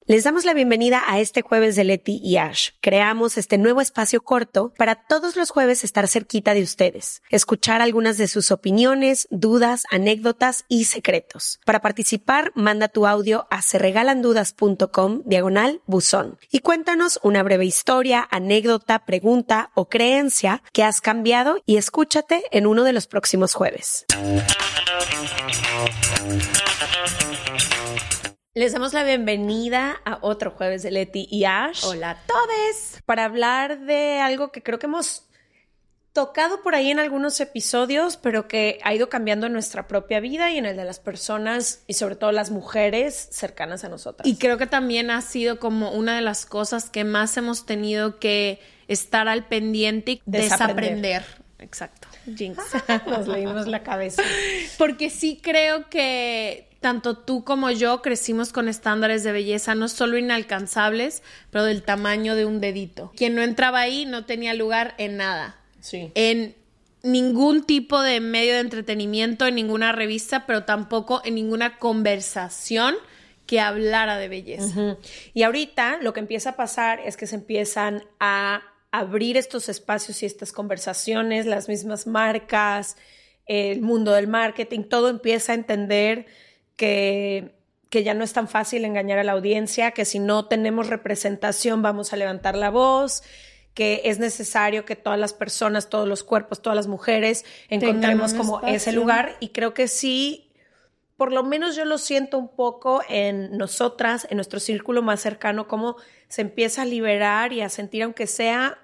Les damos la bienvenida a este jueves de Leti y Ash. Creamos este nuevo espacio corto para todos los jueves estar cerquita de ustedes, escuchar algunas de sus opiniones, dudas, anécdotas y secretos. Para participar, manda tu audio a seregalandudas.com/buzón y cuéntanos una breve historia, anécdota, pregunta o creencia que has cambiado y escúchate en uno de los próximos jueves. Les damos la bienvenida a otro jueves de Leti y Ash. Hola a todos. Para hablar de algo que creo que hemos tocado por ahí en algunos episodios, pero que ha ido cambiando en nuestra propia vida y en el de las personas y sobre todo las mujeres cercanas a nosotras. Y creo que también ha sido como una de las cosas que más hemos tenido que estar al pendiente y desaprender. Exacto. Jinx. Nos leímos la cabeza. Porque sí creo que tanto tú como yo crecimos con estándares de belleza no solo inalcanzables, pero del tamaño de un dedito. Quien no entraba ahí no tenía lugar en nada. Sí. En ningún tipo de medio de entretenimiento, en ninguna revista, pero tampoco en ninguna conversación que hablara de belleza. Uh-huh. Y ahorita lo que empieza a pasar es que se empiezan a abrir estos espacios y estas conversaciones, las mismas marcas, el mundo del marketing, todo empieza a entender que ya no es tan fácil engañar a la audiencia, que si no tenemos representación vamos a levantar la voz, que es necesario que todas las personas, todos los cuerpos, todas las mujeres encontremos como espacio. Ese lugar, y creo que sí, por lo menos yo lo siento un poco en nosotras, en nuestro círculo más cercano, cómo se empieza a liberar y a sentir, aunque sea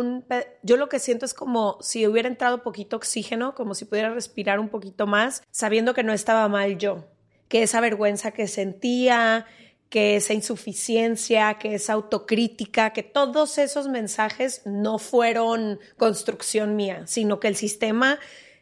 yo lo que siento es como si hubiera entrado poquito oxígeno, como si pudiera respirar un poquito más, sabiendo que no estaba mal yo, que esa vergüenza que sentía, que esa insuficiencia, que esa autocrítica, que todos esos mensajes no fueron construcción mía, sino que el sistema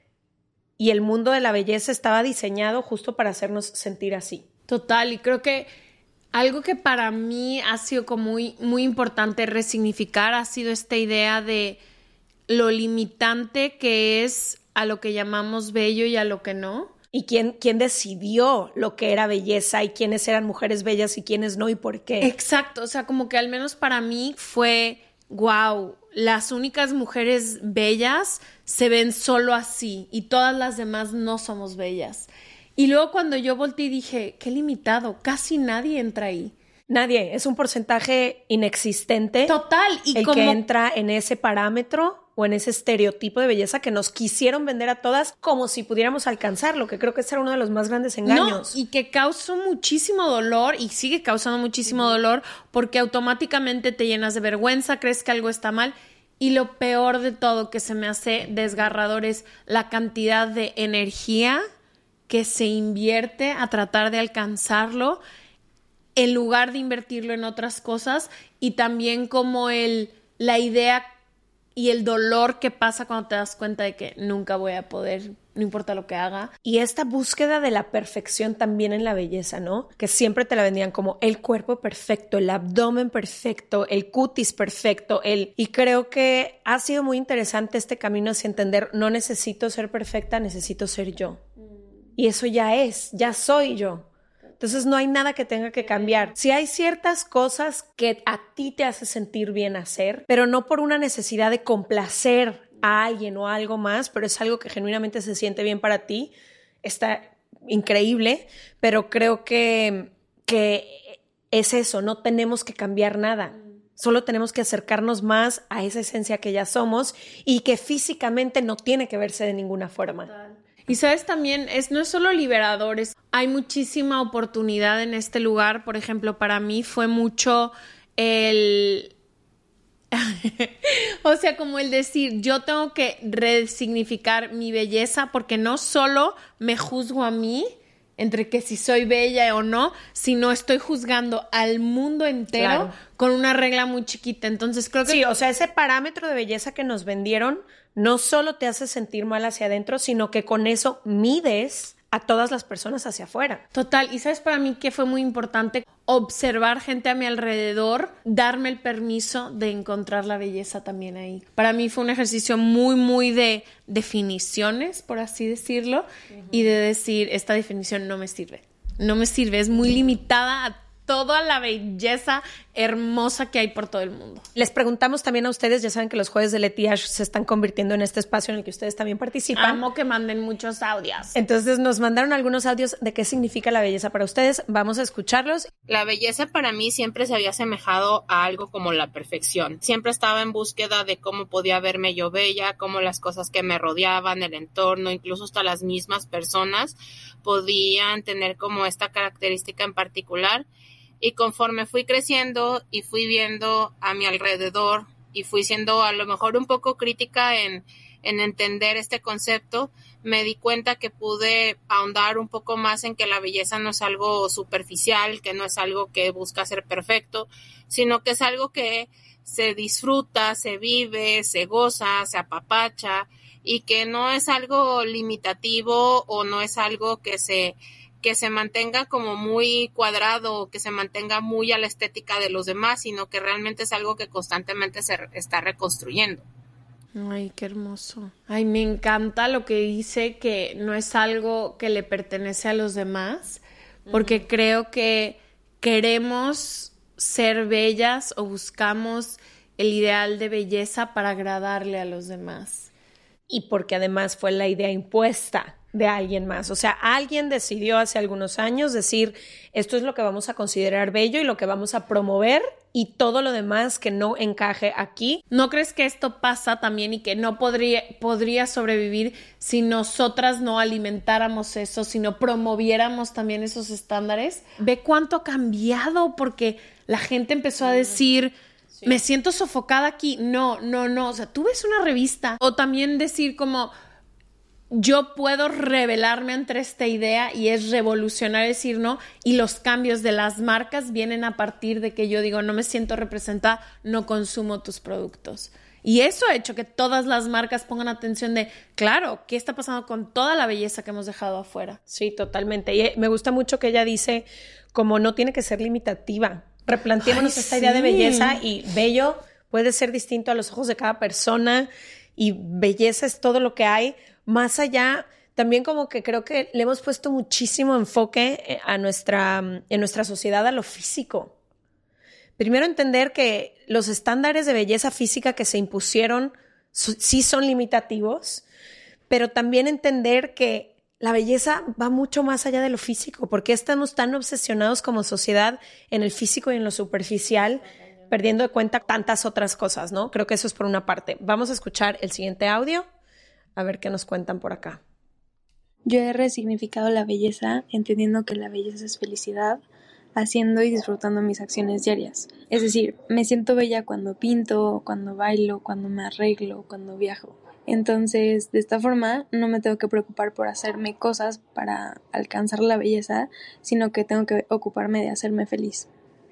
y el mundo de la belleza estaba diseñado justo para hacernos sentir así. Total, y creo que algo que para mí ha sido como muy, muy importante resignificar ha sido esta idea de lo limitante que es a lo que llamamos bello y a lo que no. ¿Y quién decidió lo que era belleza y quiénes eran mujeres bellas y quiénes no y por qué? Exacto, o sea, como que al menos para mí fue, wow, las únicas mujeres bellas se ven solo así y todas las demás no somos bellas. Y luego cuando yo volteé y dije, qué limitado, casi nadie entra ahí. Nadie, es un porcentaje inexistente. Total. Y el que entra en ese parámetro o en ese estereotipo de belleza que nos quisieron vender a todas como si pudiéramos alcanzarlo, que creo que ese era uno de los más grandes engaños. No, y que causó muchísimo dolor y sigue causando muchísimo dolor porque automáticamente te llenas de vergüenza, crees que algo está mal. Y lo peor de todo que se me hace desgarrador es la cantidad de energía que se invierte a tratar de alcanzarlo en lugar de invertirlo en otras cosas, y también como la idea y el dolor que pasa cuando te das cuenta de que nunca voy a poder, no importa lo que haga. Y esta búsqueda de la perfección también en la belleza, ¿no? Que siempre te la vendían como el cuerpo perfecto, el abdomen perfecto, el cutis perfecto, y creo que ha sido muy interesante este camino hacia entender, no necesito ser perfecta, necesito ser yo. Y eso ya soy yo. Entonces no hay nada que tenga que cambiar. Sí hay ciertas cosas que a ti te hace sentir bien hacer, pero no por una necesidad de complacer a alguien o a algo más, pero es algo que genuinamente se siente bien para ti. Está increíble, pero creo que es eso, no tenemos que cambiar nada. Solo tenemos que acercarnos más a esa esencia que ya somos y que físicamente no tiene que verse de ninguna forma. Total. Y sabes también, no es solo liberador, hay muchísima oportunidad en este lugar. Por ejemplo, para mí fue mucho o sea, como el decir, yo tengo que resignificar mi belleza porque no solo me juzgo a mí entre que si soy bella o no, sino estoy juzgando al mundo entero, claro, con una regla muy chiquita. Entonces creo que... Sí, o sea, ese parámetro de belleza que nos vendieron no solo te hace sentir mal hacia adentro, sino que con eso mides a todas las personas hacia afuera. Total, y ¿sabes para mí que fue muy importante? Observar gente a mi alrededor, darme el permiso de encontrar la belleza también ahí. Para mí fue un ejercicio muy, muy de definiciones, por así decirlo, y de decir, esta definición no me sirve, es muy limitada toda la belleza hermosa que hay por todo el mundo. Les preguntamos también a ustedes, ya saben que los jueves de Leti Ash se están convirtiendo en este espacio en el que ustedes también participan. Amo que manden muchos audios. Entonces nos mandaron algunos audios de qué significa la belleza para ustedes. Vamos a escucharlos. La belleza para mí siempre se había asemejado a algo como la perfección. Siempre estaba en búsqueda de cómo podía verme yo bella, cómo las cosas que me rodeaban, el entorno, incluso hasta las mismas personas podían tener como esta característica en particular. Y conforme fui creciendo y fui viendo a mi alrededor y fui siendo a lo mejor un poco crítica en entender este concepto, me di cuenta que pude ahondar un poco más en que la belleza no es algo superficial, que no es algo que busca ser perfecto, sino que es algo que se disfruta, se vive, se goza, se apapacha y que no es algo limitativo o no es algo que se mantenga como muy cuadrado o que se mantenga muy a la estética de los demás, sino que realmente es algo que constantemente se está reconstruyendo. Ay, qué hermoso. Ay, me encanta lo que dice, que no es algo que le pertenece a los demás, porque creo que queremos ser bellas o buscamos el ideal de belleza para agradarle a los demás. Y porque además fue la idea impuesta de alguien más. O sea, alguien decidió hace algunos años decir, esto es lo que vamos a considerar bello y lo que vamos a promover, y todo lo demás que no encaje aquí. ¿No crees que esto pasa también y que no podría sobrevivir si nosotras no alimentáramos eso, si no promoviéramos también esos estándares? Ve cuánto ha cambiado, porque la gente empezó a decir, me siento sofocada aquí. No. O sea, tú ves una revista, o también decir como, yo puedo rebelarme ante esta idea, y es revolucionario decir no, y los cambios de las marcas vienen a partir de que yo digo, no me siento representada, no consumo tus productos. Y eso ha hecho que todas las marcas pongan atención de, claro, ¿qué está pasando con toda la belleza que hemos dejado afuera? Sí, totalmente. Y me gusta mucho que ella dice, como no tiene que ser limitativa. Replanteémonos esta idea de belleza, y bello puede ser distinto a los ojos de cada persona, y belleza es todo lo que hay. Más allá, también como que creo que le hemos puesto muchísimo enfoque en nuestra sociedad a lo físico. Primero, entender que los estándares de belleza física que se impusieron sí son limitativos, pero también entender que la belleza va mucho más allá de lo físico. ¿Por qué estamos tan obsesionados como sociedad en el físico y en lo superficial, perdiendo de cuenta tantas otras cosas, ¿no? Creo que eso es por una parte. Vamos a escuchar el siguiente audio. A ver qué nos cuentan por acá. Yo he resignificado la belleza, entendiendo que la belleza es felicidad, haciendo y disfrutando mis acciones diarias. Es decir, me siento bella cuando pinto, cuando bailo, cuando me arreglo, cuando viajo. Entonces, de esta forma, no me tengo que preocupar por hacerme cosas para alcanzar la belleza, sino que tengo que ocuparme de hacerme feliz.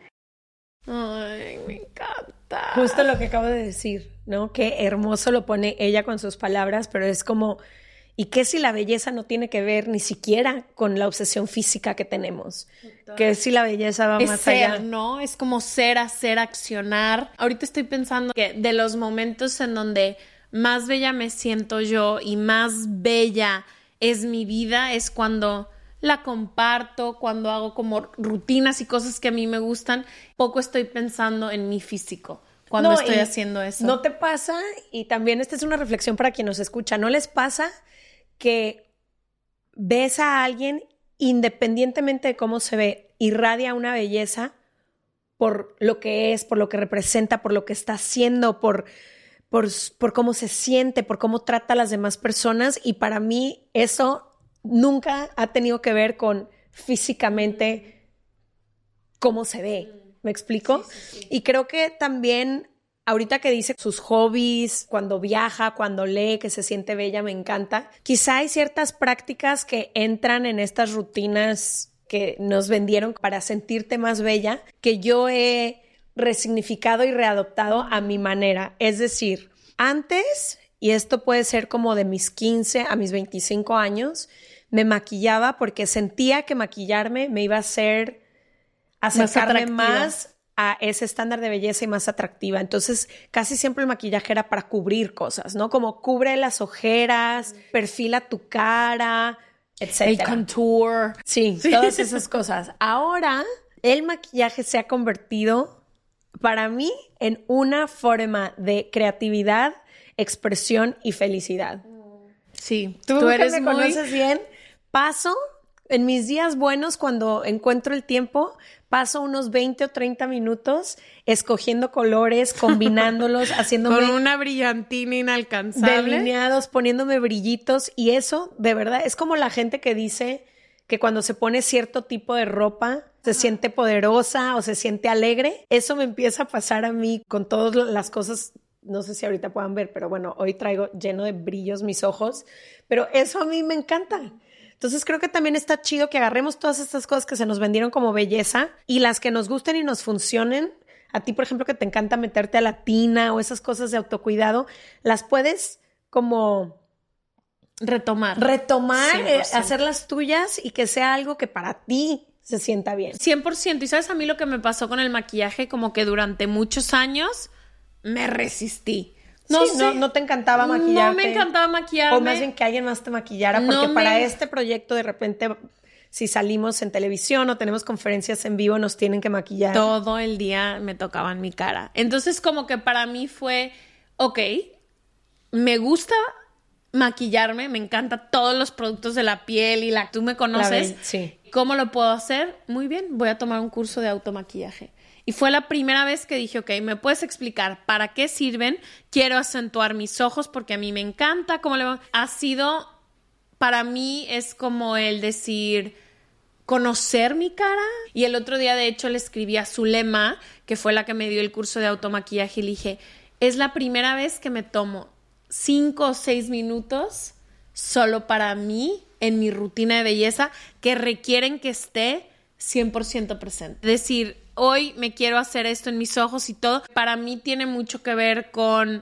Ay, me encanta. Justo lo que acabo de decir, ¿no? Qué hermoso lo pone ella con sus palabras, pero es como, ¿y qué si la belleza no tiene que ver ni siquiera con la obsesión física que tenemos? ¿Qué si la belleza va más allá? ¿No? Es como ser, hacer, accionar. Ahorita estoy pensando que de los momentos en donde más bella me siento yo y más bella es mi vida, es cuando la comparto, cuando hago como rutinas y cosas que a mí me gustan. Poco estoy pensando en mi físico cuando estoy haciendo eso. ¿No te pasa? Y también esta es una reflexión para quien nos escucha. ¿No les pasa que ves a alguien, independientemente de cómo se ve, irradia una belleza por lo que es, por lo que representa, por lo que está haciendo, por cómo se siente, por cómo trata a las demás personas? Y para mí eso nunca ha tenido que ver con físicamente cómo se ve. ¿Me explico? Sí. Y creo que también, ahorita que dice sus hobbies, cuando viaja, cuando lee, que se siente bella, me encanta. Quizá hay ciertas prácticas que entran en estas rutinas que nos vendieron para sentirte más bella, que yo he resignificado y readoptado a mi manera. Es decir, antes, y esto puede ser como de mis 15 a mis 25 años, me maquillaba porque sentía que maquillarme me iba a hacer acercarme más a ese estándar de belleza y más atractiva. Entonces, casi siempre el maquillaje era para cubrir cosas, ¿no? Como cubre las ojeras, perfila tu cara, etc. El contour. Sí, todas esas cosas. Ahora El maquillaje se ha convertido para mí en una forma de creatividad, expresión y felicidad. Sí, tú eres que me conoces bien, paso en mis días buenos cuando encuentro el tiempo, paso unos 20 o 30 minutos escogiendo colores, combinándolos, haciéndome... Con una brillantina inalcanzable. Delineados, poniéndome brillitos. Y eso, de verdad, es como la gente que dice que cuando se pone cierto tipo de ropa se siente poderosa o se siente alegre. Eso me empieza a pasar a mí con todas las cosas. No sé si ahorita puedan ver, pero bueno, hoy traigo lleno de brillos mis ojos. Pero eso a mí me encanta. Entonces creo que también está chido que agarremos todas estas cosas que se nos vendieron como belleza y las que nos gusten y nos funcionen. A ti, por ejemplo, que te encanta meterte a la tina o esas cosas de autocuidado, las puedes como retomar, hacerlas tuyas y que sea algo que para ti se sienta bien. 100%. Y ¿sabes a mí lo que me pasó con el maquillaje? Como que durante muchos años me resistí. No te encantaba maquillarte. No me encantaba maquillarme. O más bien que alguien más te maquillara, porque para este proyecto de repente, si salimos en televisión o tenemos conferencias en vivo, nos tienen que maquillar. Todo el día me tocaban mi cara. Entonces como que para mí fue, ok, me gusta maquillarme, me encantan todos los productos de la piel y tú me conoces. Sí. ¿Cómo lo puedo hacer? Muy bien, voy a tomar un curso de automaquillaje. Y fue la primera vez que dije, ok, ¿me puedes explicar para qué sirven? Quiero acentuar mis ojos porque a mí me encanta. Ha sido, para mí es como el decir, conocer mi cara. Y el otro día, de hecho, le escribí a Zulema, que fue la que me dio el curso de automaquillaje, y le dije, es la primera vez que me tomo 5 o 6 minutos solo para mí en mi rutina de belleza que requieren que esté 100% presente. Es decir, hoy me quiero hacer esto en mis ojos y todo. Para mí tiene mucho que ver con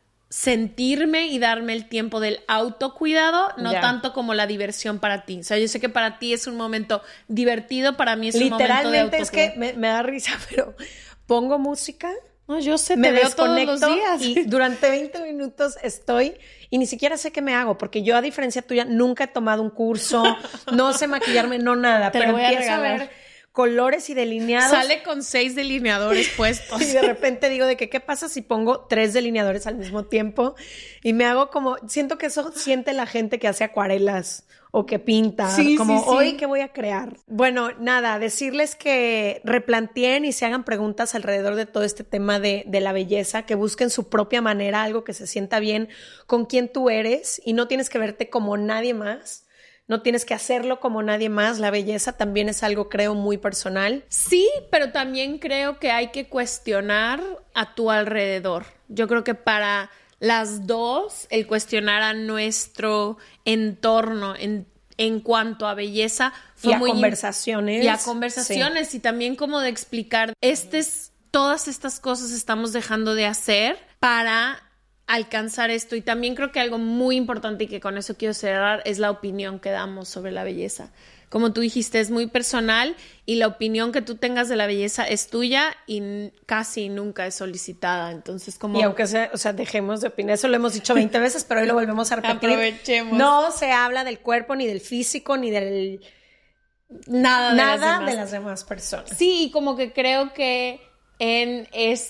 sentirme y darme el tiempo del autocuidado, no tanto como la diversión para ti. O sea, yo sé que para ti es un momento divertido, para mí es un momento de autocuidado. Literalmente es que me da risa, pero pongo música. No, yo sé, te veo todos los días. Y durante 20 minutos estoy y ni siquiera sé qué me hago, porque yo, a diferencia tuya, nunca he tomado un curso, no sé maquillarme, no nada, pero empiezo a ver colores y delineados. Sale con 6 delineadores puestos. Y de repente digo de que, ¿qué pasa si pongo 3 delineadores al mismo tiempo? Y me hago como, siento que eso siente la gente que hace acuarelas o que pinta, hoy, ¿qué voy a crear? Bueno, nada, decirles que replanteen y se hagan preguntas alrededor de todo este tema de la belleza, que busquen su propia manera, algo que se sienta bien con quien tú eres, y no tienes que verte como nadie más. No tienes que hacerlo como nadie más. La belleza también es algo, creo, muy personal. Sí, pero también creo que hay que cuestionar a tu alrededor. Yo creo que para las dos, el cuestionar a nuestro entorno en cuanto a belleza fue muy... conversaciones. Y a conversaciones, sí. Y también como de explicar, todas estas cosas estamos dejando de hacer para alcanzar esto. Y también creo que algo muy importante, y que con eso quiero cerrar, es la opinión que damos sobre la belleza. Como tú dijiste, es muy personal y la opinión que tú tengas de la belleza es tuya y casi nunca es solicitada. Entonces, como... Y aunque sea, dejemos de opinar, eso lo hemos dicho 20 veces, pero hoy lo volvemos a repetir. Aprovechemos. No se habla del cuerpo, ni del físico, ni del... Nada de las demás personas. Sí, y como que creo que en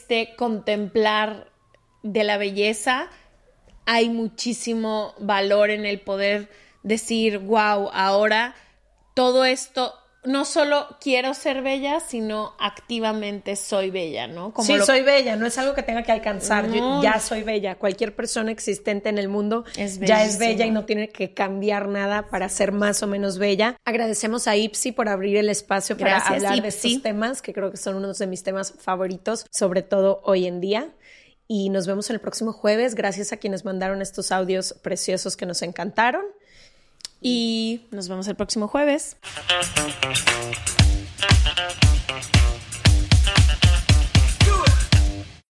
contemplar de la belleza hay muchísimo valor en el poder decir, wow, ahora todo esto, no solo quiero ser bella, sino activamente soy bella, ¿no? Soy bella, no es algo que tenga que alcanzar, no. Yo ya soy bella. Cualquier persona existente en el mundo ya es bella y no tiene que cambiar nada para ser más o menos bella. Agradecemos a Ipsy por abrir el espacio para hablar de estos temas, que creo que son unos de mis temas favoritos, sobre todo hoy en día. Y nos vemos el próximo jueves. Gracias a quienes mandaron estos audios preciosos que nos encantaron. Y nos vemos el próximo jueves.